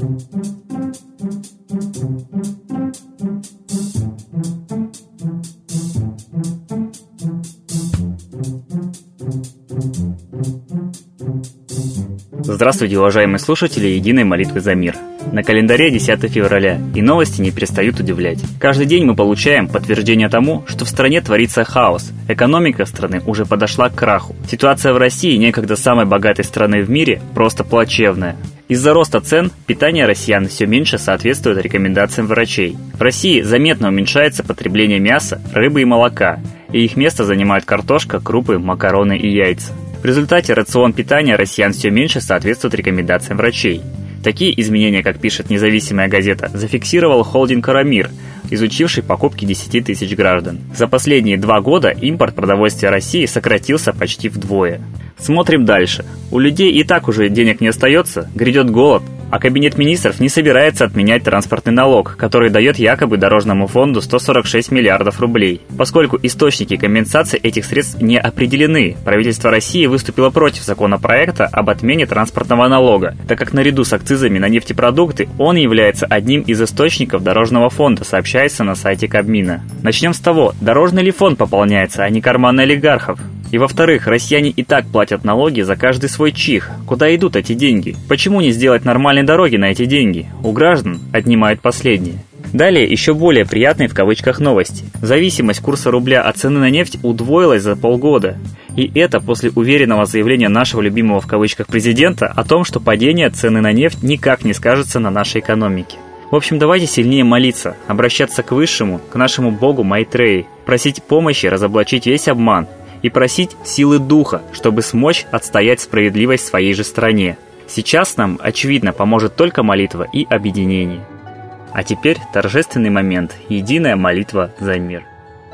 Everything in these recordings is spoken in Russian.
Здравствуйте, уважаемые слушатели Единой молитвы за мир. На календаре 10 февраля, и новости не перестают удивлять. Каждый день мы получаем подтверждение тому, что в стране творится хаос. Экономика страны уже подошла к краху. Ситуация в России, некогда самой богатой страны в мире, просто плачевная. Из-за роста цен питание россиян все меньше соответствует рекомендациям врачей. В России заметно уменьшается потребление мяса, рыбы и молока, и их место занимают картошка, крупы, макароны и яйца. В результате рацион питания россиян все меньше соответствует рекомендациям врачей. Такие изменения, как пишет независимая газета, зафиксировал холдинг «Арамир», изучивший покупки 10 тысяч граждан. За последние 2 года импорт продовольствия России сократился почти вдвое. Смотрим дальше. У людей и так уже денег не остается, грядет голод, а Кабинет министров не собирается отменять транспортный налог, который дает якобы Дорожному фонду 146 миллиардов рублей. Поскольку источники компенсации этих средств не определены, правительство России выступило против законопроекта об отмене транспортного налога, так как наряду с акцизами на нефтепродукты он является одним из источников Дорожного фонда, сообщается на сайте Кабмина. Начнем с того, дорожный ли фонд пополняется, а не карманы олигархов? И во-вторых, россияне и так платят налоги за каждый свой чих. Куда идут эти деньги? Почему не сделать нормальные дороги на эти деньги? У граждан отнимают последние. Далее еще более приятные в кавычках новости. Зависимость курса рубля от цены на нефть удвоилась за полгода. И это после уверенного заявления нашего любимого в кавычках президента о том, что падение цены на нефть никак не скажется на нашей экономике. В общем, давайте сильнее молиться, обращаться к Высшему, к нашему Богу Майтреи, просить помощи разоблачить весь обман и просить силы духа, чтобы смочь отстоять справедливость в своей же стране. Сейчас нам, очевидно, поможет только молитва и объединение. А теперь торжественный момент – единая молитва за мир.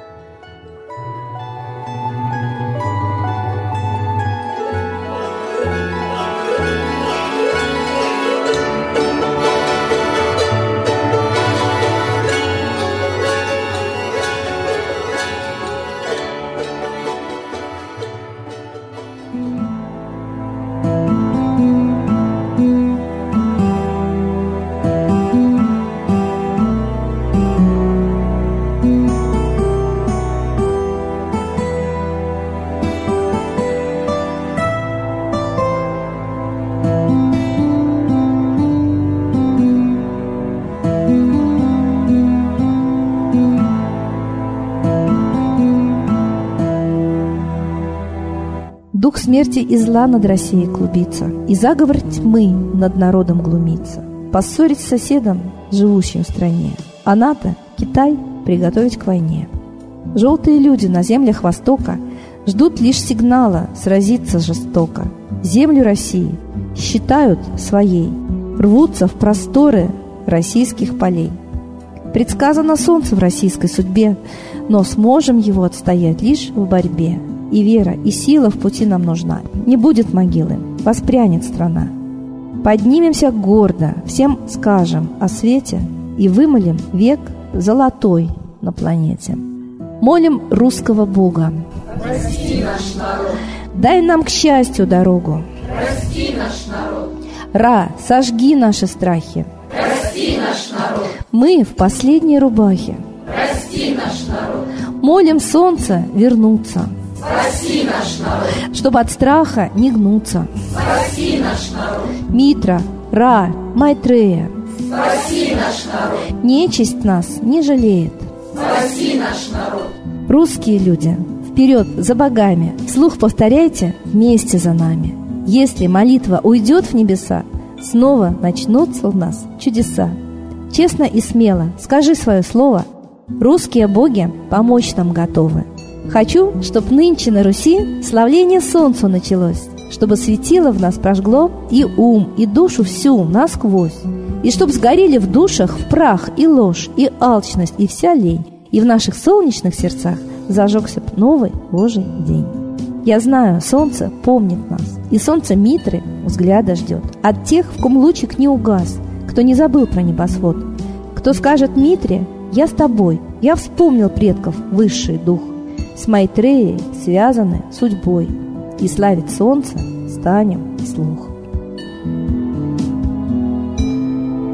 Дух смерти и зла над Россией клубится, и заговор тьмы над народом глумится. Поссорить с соседом, живущим в стране, а НАТО, Китай, приготовить к войне. Желтые люди на землях Востока ждут лишь сигнала сразиться жестоко. Землю России считают своей, рвутся в просторы российских полей. Предсказано солнце в российской судьбе, но сможем его отстоять лишь в борьбе. И вера, и сила в пути нам нужна. Не будет могилы, воспрянет страна. Поднимемся гордо, всем скажем о свете и вымолим век золотой на планете. Молим русского Бога. Прости наш народ. Дай нам к счастью дорогу. Прости наш народ. Ра, сожги наши страхи. Прости наш народ. Мы в последней рубахе. Прости наш народ. Молим солнце вернуться. Спаси наш народ. Чтобы от страха не гнуться. Спаси наш народ. Митра, Ра, Майтрея. Спаси наш народ. Нечисть нас не жалеет. Спаси наш народ. Русские люди, вперед за богами. Вслух повторяйте вместе за нами. Если молитва уйдет в небеса, снова начнутся у нас чудеса. Честно и смело скажи свое слово. Русские боги помочь нам готовы. Хочу, чтоб нынче на Руси славление солнцу началось, чтобы светило в нас прожгло и ум, и душу всю насквозь, и чтоб сгорели в душах в прах и ложь, и алчность, и вся лень, и в наших солнечных сердцах зажегся б новый Божий день. Я знаю, солнце помнит нас, и солнце Митры взгляда ждет от тех, в ком лучик не угас, кто не забыл про небосвод, кто скажет Митре: «Я с тобой, я вспомнил предков высший дух». С Майтреей связаны судьбой, и славить солнце станем вслух.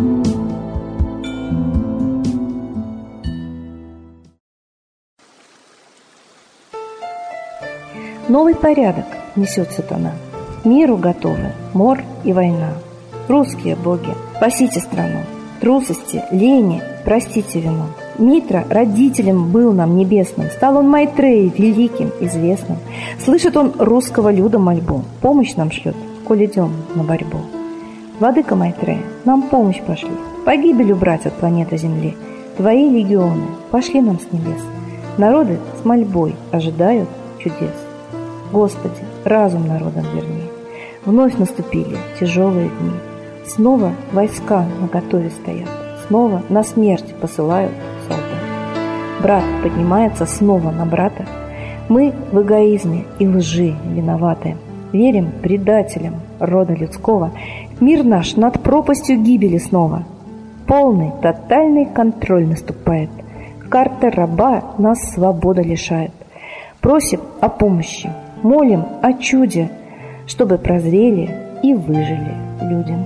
Новый порядок несет сатана. Миру готовы мор и война. Русские боги, спасите страну. Трусости, лени, простите вину. Митра родителем был нам небесным, стал он Майтреей великим, известным. Слышит он русского люда мольбу, помощь нам шлет, коль идем на борьбу. Владыка Майтрея, нам помощь пошли, погибелью брать от планеты Земли. Твои легионы пошли нам с небес, народы с мольбой ожидают чудес. Господи, разум народам верни. Вновь наступили тяжелые дни. Снова войска наготове стоят, снова на смерть посылают солдат. Брат поднимается снова на брата. Мы в эгоизме и лжи виноваты. Верим предателям рода людского. Мир наш над пропастью гибели снова. Полный, тотальный контроль наступает. Карта раба нас свобода лишает. Просим о помощи, молим о чуде, чтобы прозрели и выжили люди.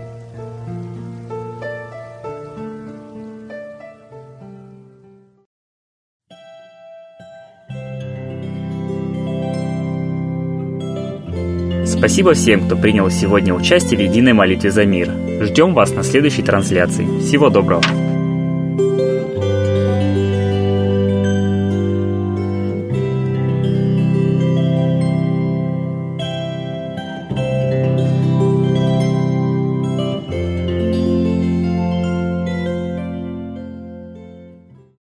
Спасибо всем, кто принял сегодня участие в единой молитве за мир. Ждем вас на следующей трансляции. Всего доброго!